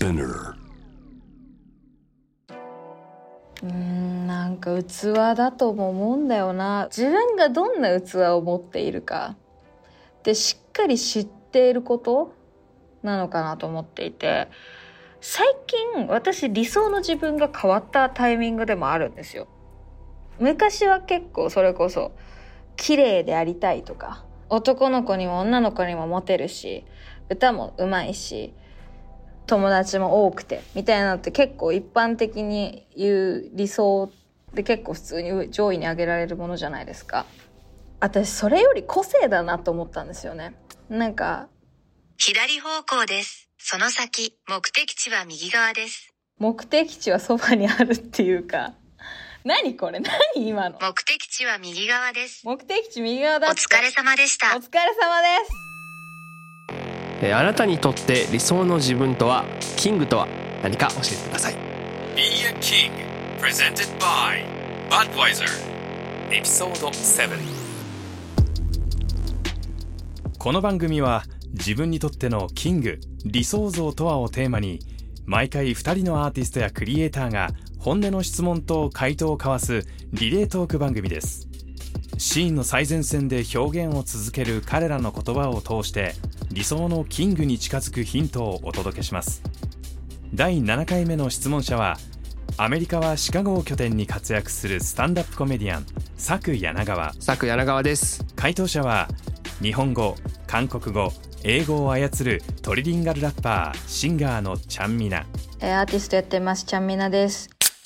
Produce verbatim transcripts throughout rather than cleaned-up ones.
Spinner。 うーんなんか器だとも思うんだよな。自分がどんな器を持っているかでしっかり知っていることなのかなと思っていて、最近私理想の自分が変わったタイミングでもあるんですよ。昔は結構それこそ綺麗でありたいとか、男の子にも女の子にもモテるし、歌も上手いし、友達も多くてみたいなのって結構一般的に言う理想で結構普通に上位に挙げられるものじゃないですか。私それより個性だなと思ったんですよね。なんか左方向です。その先、目的地は右側です。 目的地はそばにあるっていうか、何これ何今の。 目的地は右側です。 目的地右側だって。 お疲れ様でした。 お疲れ様です。 えー、あなたにとって理想の自分とは、キングとは何か教えてください。 Be a King Presented by Budweiser エピソードなな。この番組は自分にとってのキング、理想像とはをテーマに、毎回ふたりのアーティストやクリエイターが本音の質問と回答を交わすリレートーク番組です。シーンの最前線で表現を続ける彼らの言葉を通して理想のキングに近づくヒントをお届けします。だいななかいめの質問者は、アメリカはシカゴを拠点に活躍するスタンダップコメディアン、佐久柳川。 佐久柳川です。 回答者は日本語、韓国語、英語を操るトリリンガルラッパー、シンガーのチャンミナ。 アーティストやってます、チャンミナです。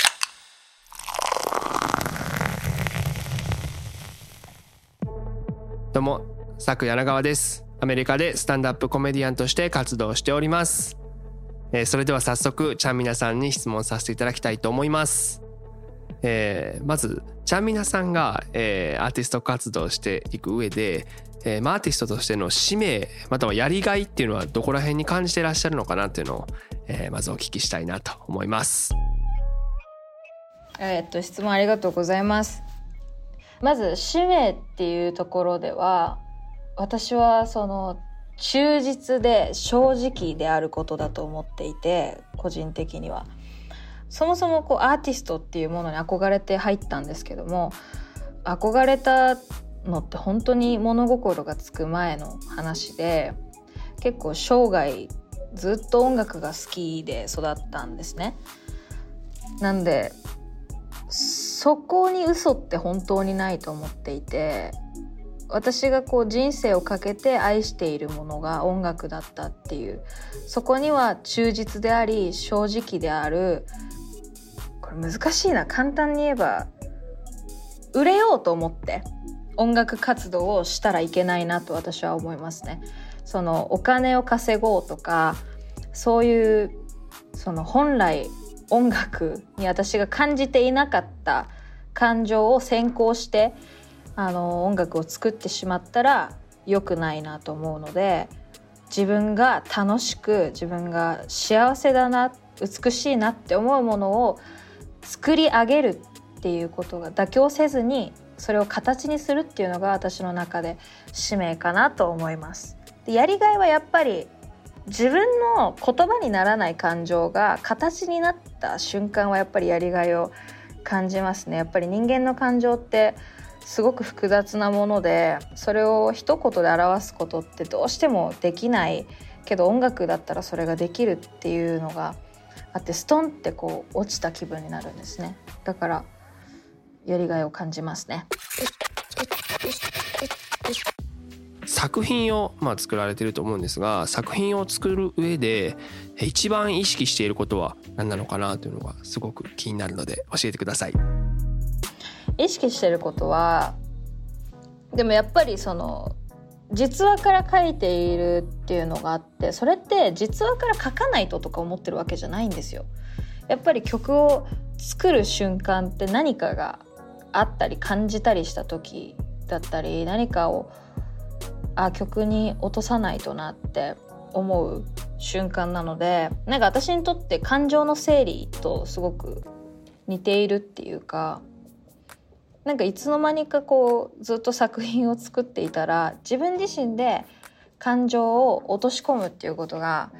どうも、佐久柳川です。アメリカでスタンダップコメディアンとして活動しております。えー、それでは早速チャンミナさんに質問させていただきたいと思います。えー、まずチャンミナさんが、えー、アーティスト活動していく上で、えー、アーティストとしての使命またはやりがいっていうのはどこら辺に感じていらっしゃるのかなっていうのを、えー、まずお聞きしたいなと思います。 えー、っと質問ありがとうございます。まず使命っていうところでは、私はその忠実で正直であることだと思っていて、個人的にはそもそもこうアーティストっていうものに憧れて入ったんですけども、憧れたのって本当に物心がつく前の話で、結構生涯ずっと音楽が好きで育ったんですね。なんでそこに嘘って本当にないと思っていて、私がこう人生をかけて愛しているものが音楽だったっていう、そこには忠実であり正直である、これ難しいな、簡単に言えば売れようと思って音楽活動をしたらいけないなと私は思いますね。そのお金を稼ごうとか、そういうその本来音楽に私が感じていなかった感情を先行してあの音楽を作ってしまったら良くないなと思うので、自分が楽しく自分が幸せだな、美しいなって思うものを作り上げるっていうことが、妥協せずにそれを形にするっていうのが私の中で使命かなと思います。で、やりがいはやっぱり自分の言葉にならない感情が形になった瞬間はやっぱりやりがいを感じますね。やっぱり人間の感情ってすごく複雑なもので、それを一言で表すことってどうしてもできないけど、音楽だったらそれができるっていうのがあって、ストンってこう落ちた気分になるんですね。だからやりがいを感じますね。 作品を、まあ、作られていると思うんですが、作品を作る上で一番意識していることは何なのかなというのがすごく気になるので教えてください。 意識してることは、でもやっぱりその実話から書いているっていうのがあって、それって実話から書かないととか思ってるわけじゃないんですよ。やっぱり曲を作る瞬間って何かがあったり感じたりした時だったり、何かをあ曲に落とさないとなって思う瞬間なので、なんか私にとって感情の整理とすごく似ているっていうか、なんかいつの間にかこうずっと作品を作っていたら、自分自身で感情を落とし込むっていうことが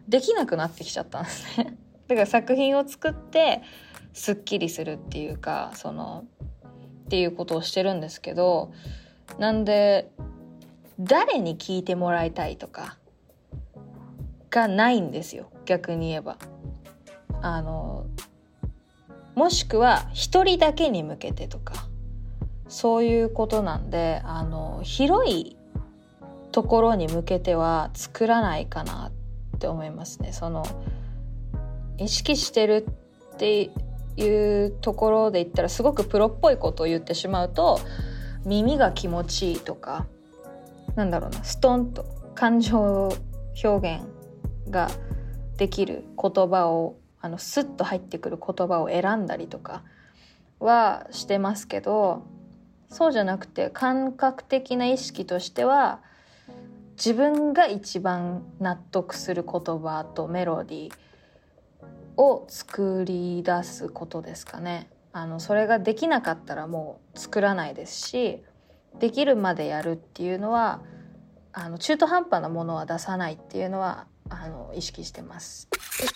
できなくなってきちゃったんですねだから作品を作ってすっきりするっていうかそのっていうことをしてるんですけど、なんで誰に聞いてもらいたいとかがないんですよ。逆に言えばあのもしくは一人だけに向けてとかそういうことなんで、あの広いところに向けては作らないかなって思いますね。その意識してるっていうところで言ったらすごくプロっぽいことを言ってしまうと、耳が気持ちいいとかなんだろうな、ストンと感情表現ができる言葉をあのスッと入ってくる言葉を選んだりとかはしてますけど、そうじゃなくて感覚的な意識としては自分が一番納得する言葉とメロディーを作り出すことですかね。あのそれができなかったらもう作らないですし、できるまでやるっていうのはあの中途半端なものは出さないっていうのはあの意識してます。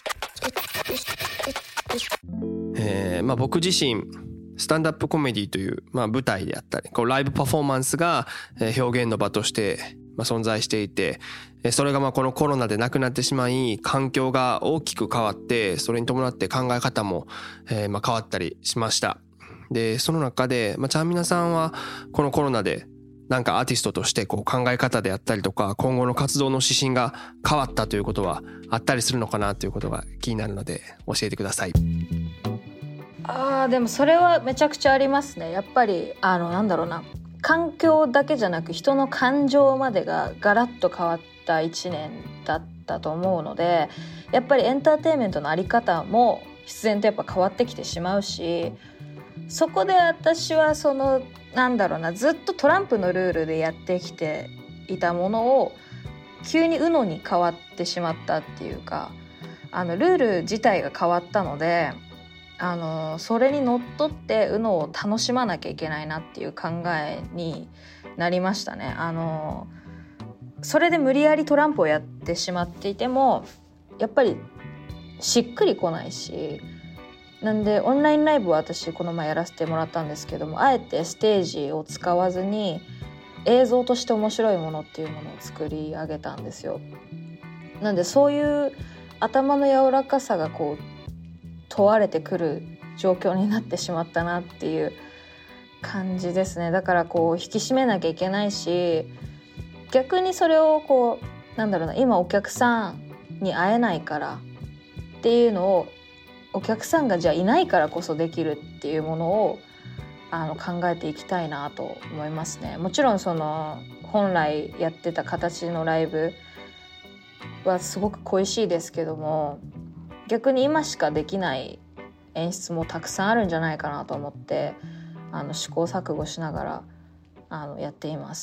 えーまあ、僕自身スタンダップコメディという、まあ、舞台であったりこうライブパフォーマンスが表現の場としてまあ存在していて、それがまあこのコロナでなくなってしまい環境が大きく変わって、それに伴って考え方もえまあ変わったりしました。でその中でまあちゃんみなさんはこのコロナでなんかアーティストとしてこう考え方であったりとか今後の活動の指針が変わったということはあったりするのかなということが気になるので教えてください。 あーでもそれはめちゃくちゃありますね。やっぱりあのなんだろうな、環境だけじゃなく人の感情までがガラッと変わったいちねんだったと思うので、やっぱりエンターテインメントのあり方も必然とやっぱ変わってきてしまうし、そこで私はそのなんだろうな、ずっとトランプのルールでやってきていたものを急に ユノ に変わってしまったっていうか、あのルール自体が変わったので、あのそれにのっとって ユノ を楽しまなきゃいけないなっていう考えになりましたね。あのそれで無理やりトランプをやってしまっていてもやっぱりしっくりこないし、なんでオンラインライブは私この前やらせてもらったんですけども、あえてステージを使わずに映像として面白いものっていうものを作り上げたんですよ。なんでそういう頭の柔らかさがこう問われてくる状況になってしまったなっていう感じですね。だからこう引き締めなきゃいけないし、逆にそれをこうなんだろうな、今お客さんに会えないからっていうのをお客さんがじゃあいないからこそできるっていうものをあの考えていきたいなと思いますね。もちろんその本来やってた形のライブはすごく恋しいですけども、逆に今しかできない演出もたくさんあるんじゃないかなと思ってあの試行錯誤しながらあのやっています。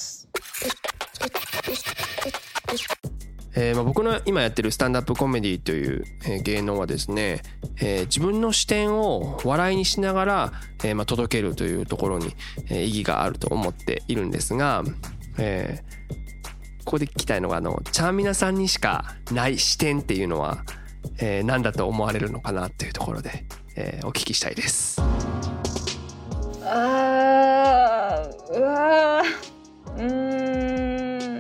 えーまあ、僕の今やってるスタンダップコメディという、えー、芸能はですね、えー、自分の視点を笑いにしながら、えーまあ、届けるというところに、えー、意義があると思っているんですが、えー、ここで聞きたいのがあのちゃんみなさんにしかない視点っていうのは、えー、何だと思われるのかなっていうところで、えー、お聞きしたいです。 あーうわーうーん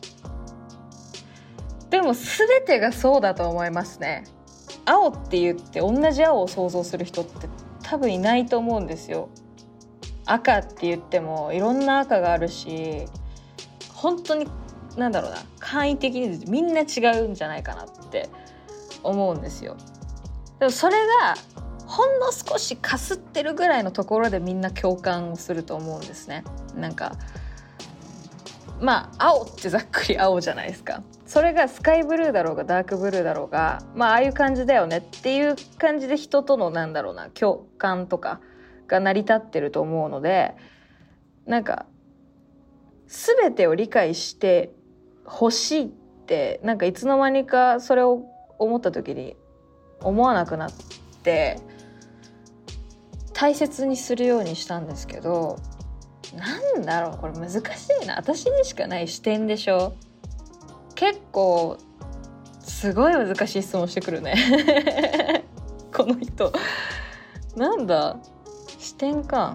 でも全てがそうだと思いますね。青って言って同じ青を想像する人って多分いないと思うんですよ。赤って言ってもいろんな赤があるし、本当になんだろうな、簡易的にみんな違うんじゃないかなって思うんですよ。でもそれがほんの少しかすってるぐらいのところでみんな共感をすると思うんですね。なんかまあ青ってざっくり青じゃないですか。それがスカイブルーだろうがダークブルーだろうが、まあああいう感じだよねっていう感じで人とのなんだろうな共感とかが成り立ってると思うので、なんか全てを理解してほしいってなんかいつの間にかそれを思った時に思わなくなって大切にするようにしたんですけど、なんだろうこれ難しいな。私にしかない視点でしょ。結構すごい難しい質問してくるねこの人なんだ視点か。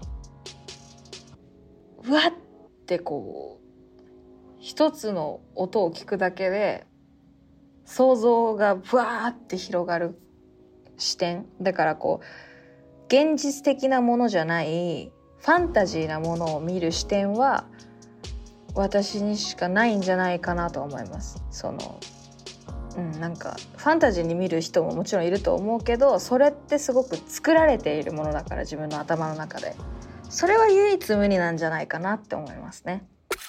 うわってこう一つの音を聞くだけで想像がブワーって広がる視点だから、こう現実的なものじゃないファンタジーなものを見る視点は私にしかないんじゃないかなと思います。そのうん、なんかファンタジーに見る人ももちろんいると思うけど、それってすごく作られているものだから、自分の頭の中でそれは唯一無二なんじゃないかなって思いますね。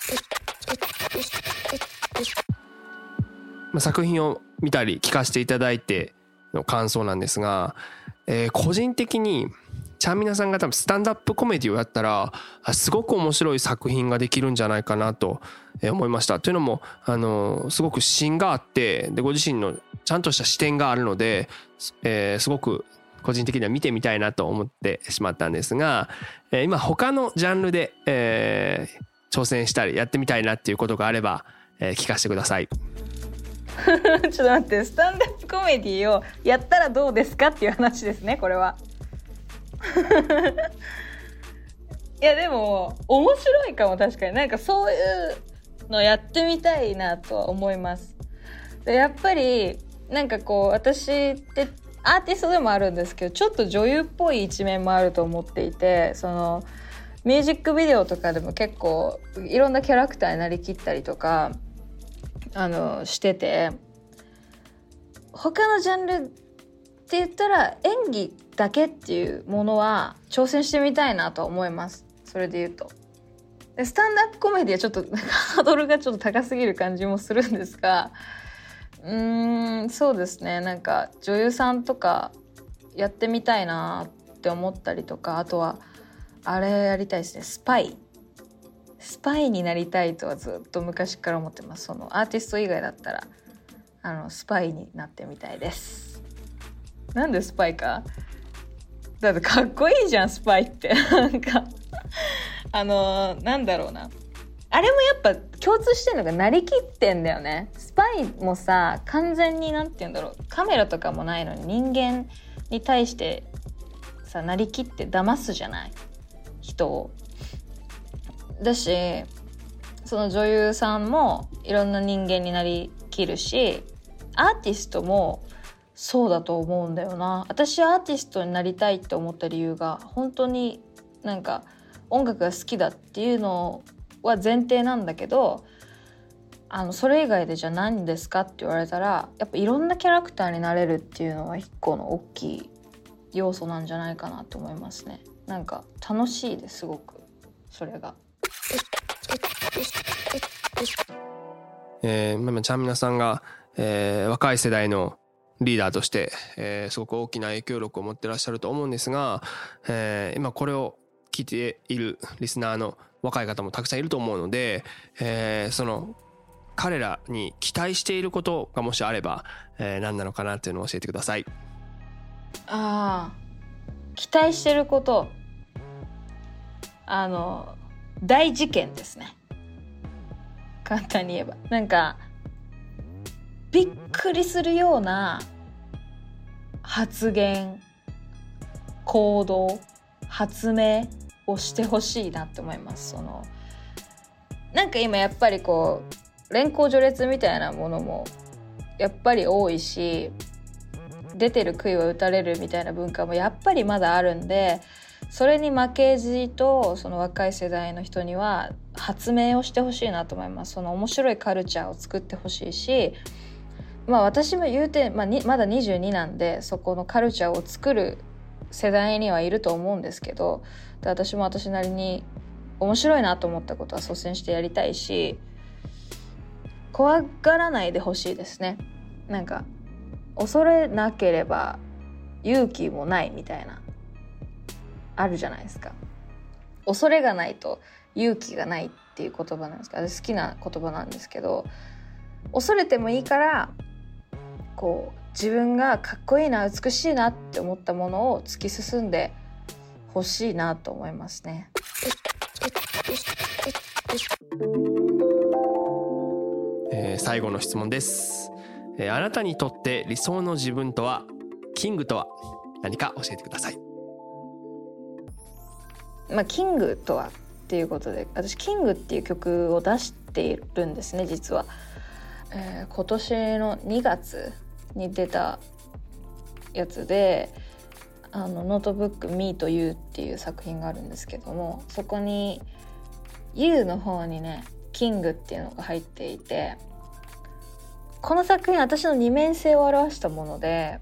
作品を見たり聞かせていただいての感想なんですが、えー、個人的にちゃんみなさんが多分スタンダップコメディをやったらすごく面白い作品ができるんじゃないかなと思いました。というのもあのすごく芯があって、でご自身のちゃんとした視点があるので、えー、すごく個人的には見てみたいなと思ってしまったんですが、えー、今他のジャンルで、えー、挑戦したりやってみたいなっていうことがあれば、えー、聞かせてくださいちょっと待って、スタンダップコメディをやったらどうですかっていう話ですね、これはいやでも面白いかも。確かになんかそういうのやってみたいなとは思います。でやっぱりなんかこう私ってアーティストでもあるんですけど、ちょっと女優っぽい一面もあると思っていて、そのミュージックビデオとかでも結構いろんなキャラクターになりきったりとかあのしてて、他のジャンルって言ったら演技だけっていうものは挑戦してみたいなと思います。それで言うとでスタンダップコメディはちょっとなんかハードルがちょっと高すぎる感じもするんですが、うーんそうですね、なんか女優さんとかやってみたいなって思ったりとか、あとはあれやりたいですね、スパイスパイになりたいとはずっと昔から思ってます。そのアーティスト以外だったらあのスパイになってみたいです。なんでスパイか、だってかっこいいじゃんスパイってなんかあのー、なんだろうな、あれもやっぱ共通してるのがなりきってんだよね。スパイもさ完全になんて言うんだろう、カメラとかもないのに人間に対してさなりきって騙すじゃない人を。だしその女優さんもいろんな人間になりきるし、アーティストもそうだと思うんだよな。私アーティストになりたいって思った理由が本当になんか音楽が好きだっていうのは前提なんだけど、あのそれ以外でじゃあ何ですかって言われたら、やっぱいろんなキャラクターになれるっていうのは一個の大きい要素なんじゃないかなと思いますね。なんか楽しいですごくそれが。 えー、まあちゃんみなさんが、えー、若い世代のリーダーとして、えー、すごく大きな影響力を持ってらっしゃると思うんですが、えー、今これを聞いているリスナーの若い方もたくさんいると思うので、えー、その彼らに期待していることがもしあれば、えー、何なのかなっていうのを教えてください。 ああ、期待してること、あの大事件ですね。簡単に言えばなんかびっくりするような発言、行動、発明をしてほしいなって思います。そのなんか今やっぱりこう連行序列みたいなものもやっぱり多いし、出てる杭は打たれるみたいな文化もやっぱりまだあるんで、それに負けじとその若い世代の人には発明をしてほしいなと思います。その面白いカルチャーを作ってほしいし、まあ私も言うて、まあ、にまだにじゅうになんで、そこのカルチャーを作る世代にはいると思うんですけど、で私も私なりに面白いなと思ったことは率先してやりたいし、怖がらないでほしいですね。なんか恐れなければ勇気もないみたいなあるじゃないですか。恐れがないと勇気がないっていう言葉なんですけど、好きな言葉なんですけど、恐れてもいいからこう自分がかっこいいな、美しいなって思ったものを突き進んでほしいなと思いますね。 えー、最後の質問です。 えー、あなたにとって理想の自分とは、キングとは何か教えてください。 まあ、キングとはっていうことで、私キングっていう曲を出しているんですね実は、えー、今年のにがつに出たやつで、あのノートブック Me to You っていう作品があるんですけども、そこに You の方にねキングっていうのが入っていて、この作品私の二面性を表したもので、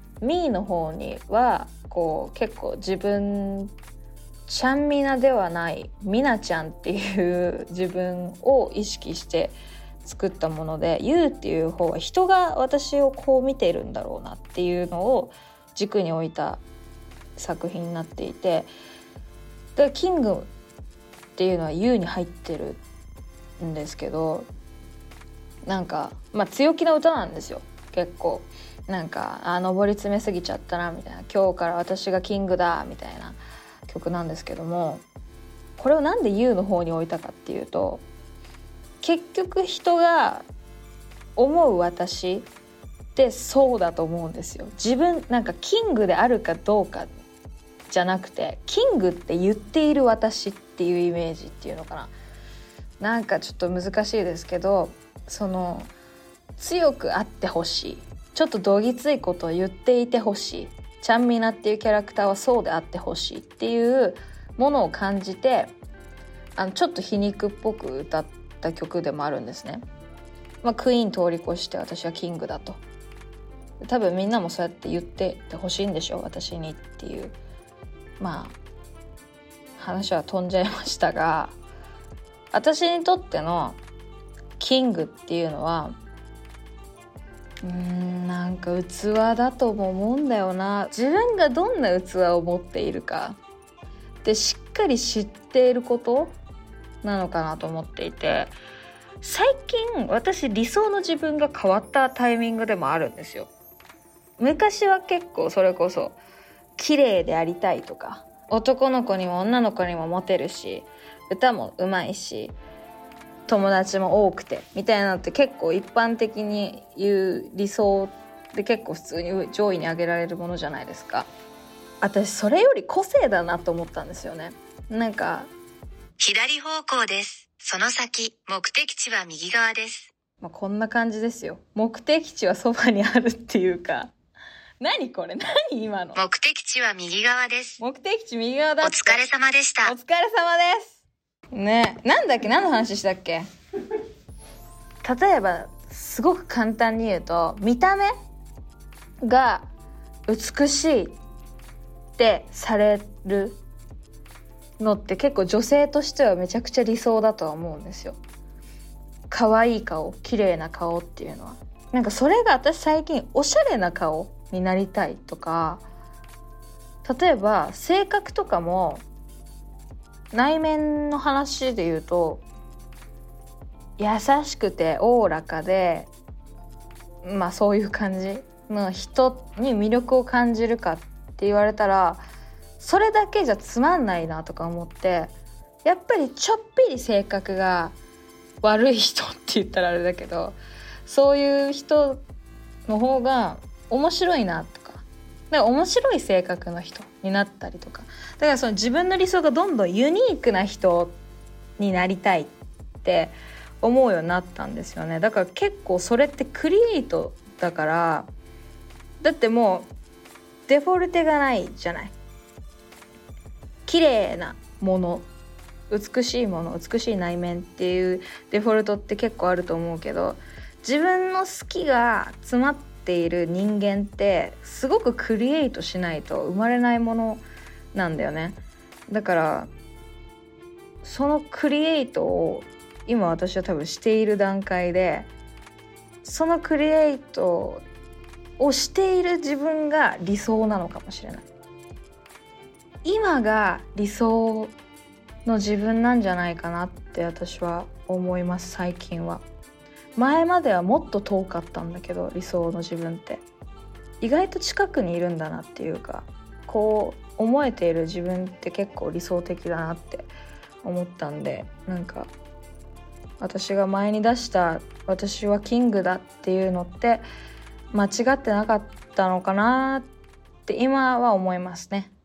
Me の方にはこう結構自分ちゃんみなではないみなちゃんっていう自分を意識して作ったもので、 You っていう方は人が私をこう見ているんだろうなっていうのを軸に置いた作品になっていて、でキングっていうのは You に入ってるんですけど、なんかまあ強気な歌なんですよ。結構なんかあ上り詰めすぎちゃったなみたいな、今日から私がキングだみたいな曲なんですけども、これをなんで You の方に置いたかっていうと、結局人が思う私ってそうだと思うんですよ。自分なんかキングであるかどうかじゃなくて、キングって言っている私っていうイメージっていうのかな、なんかちょっと難しいですけど、その強くあってほしい、ちょっとどぎついことを言っていてほしい、ちゃんみなっていうキャラクターはそうであってほしいっていうものを感じて、あのちょっと皮肉っぽく歌った曲でもあるんですね。まあ、クイーン通り越して私はキングだと、多分みんなもそうやって言っててほしいんでしょ私にっていう、まあ話は飛んじゃいましたが、私にとってのキングっていうのはうーんなんか器だとも思うんだよな。自分がどんな器を持っているかでしっかり知っていることなのかなと思っていて、最近私理想の自分が変わったタイミングでもあるんですよ。昔は結構それこそ綺麗でありたいとか、男の子にも女の子にもモテるし歌もうまいし友達も多くてみたいなのって結構一般的に言う理想で結構普通に上位に挙げられるものじゃないですか。私それより個性だなと思ったんですよね。なんか左方向です。その先、目的地は右側です。 まあ、こんな感じですよ。目的地はそばにあるっていうか、何これ何今の。 目的地は右側です。 目的地右側だって。 お疲れ様でした。 お疲れ様です。ね、なんだっけ、何の話したっけ。例えばすごく簡単に言うと、見た目が美しいってされるのって結構女性としてはめちゃくちゃ理想だとは思うんですよ。可愛い顔、綺麗な顔っていうのは、なんかそれが私最近おしゃれな顔になりたいとか、例えば性格とかも内面の話で言うと、優しくておおらかで、まあそういう感じの人に魅力を感じるかって言われたら、それだけじゃつまんないなとか思って、やっぱりちょっぴり性格が悪い人って言ったらあれだけど、そういう人の方が面白いなとか、だから面白い性格の人になったりとか、だからその自分の理想がどんどんユニークな人になりたいって思うようになったんですよね。だから結構それってクリエイトだから、だってもうデフォルテがないじゃない。綺麗なもの、美しいもの、美しい内面っていうデフォルトって結構あると思うけど、自分の好きが詰まっている人間ってすごくクリエイトしないと生まれないものなんだよね。だからそのクリエイトを今私は多分している段階で、そのクリエイトをしている自分が理想なのかもしれない。今が理想の自分なんじゃないかなって私は思います。最近は。前まではもっと遠かったんだけど、理想の自分って意外と近くにいるんだなっていうか、こう思えている自分って結構理想的だなって思ったんで、なんか私が前に出した私はキングだっていうのって間違ってなかったのかなって今は思いますね。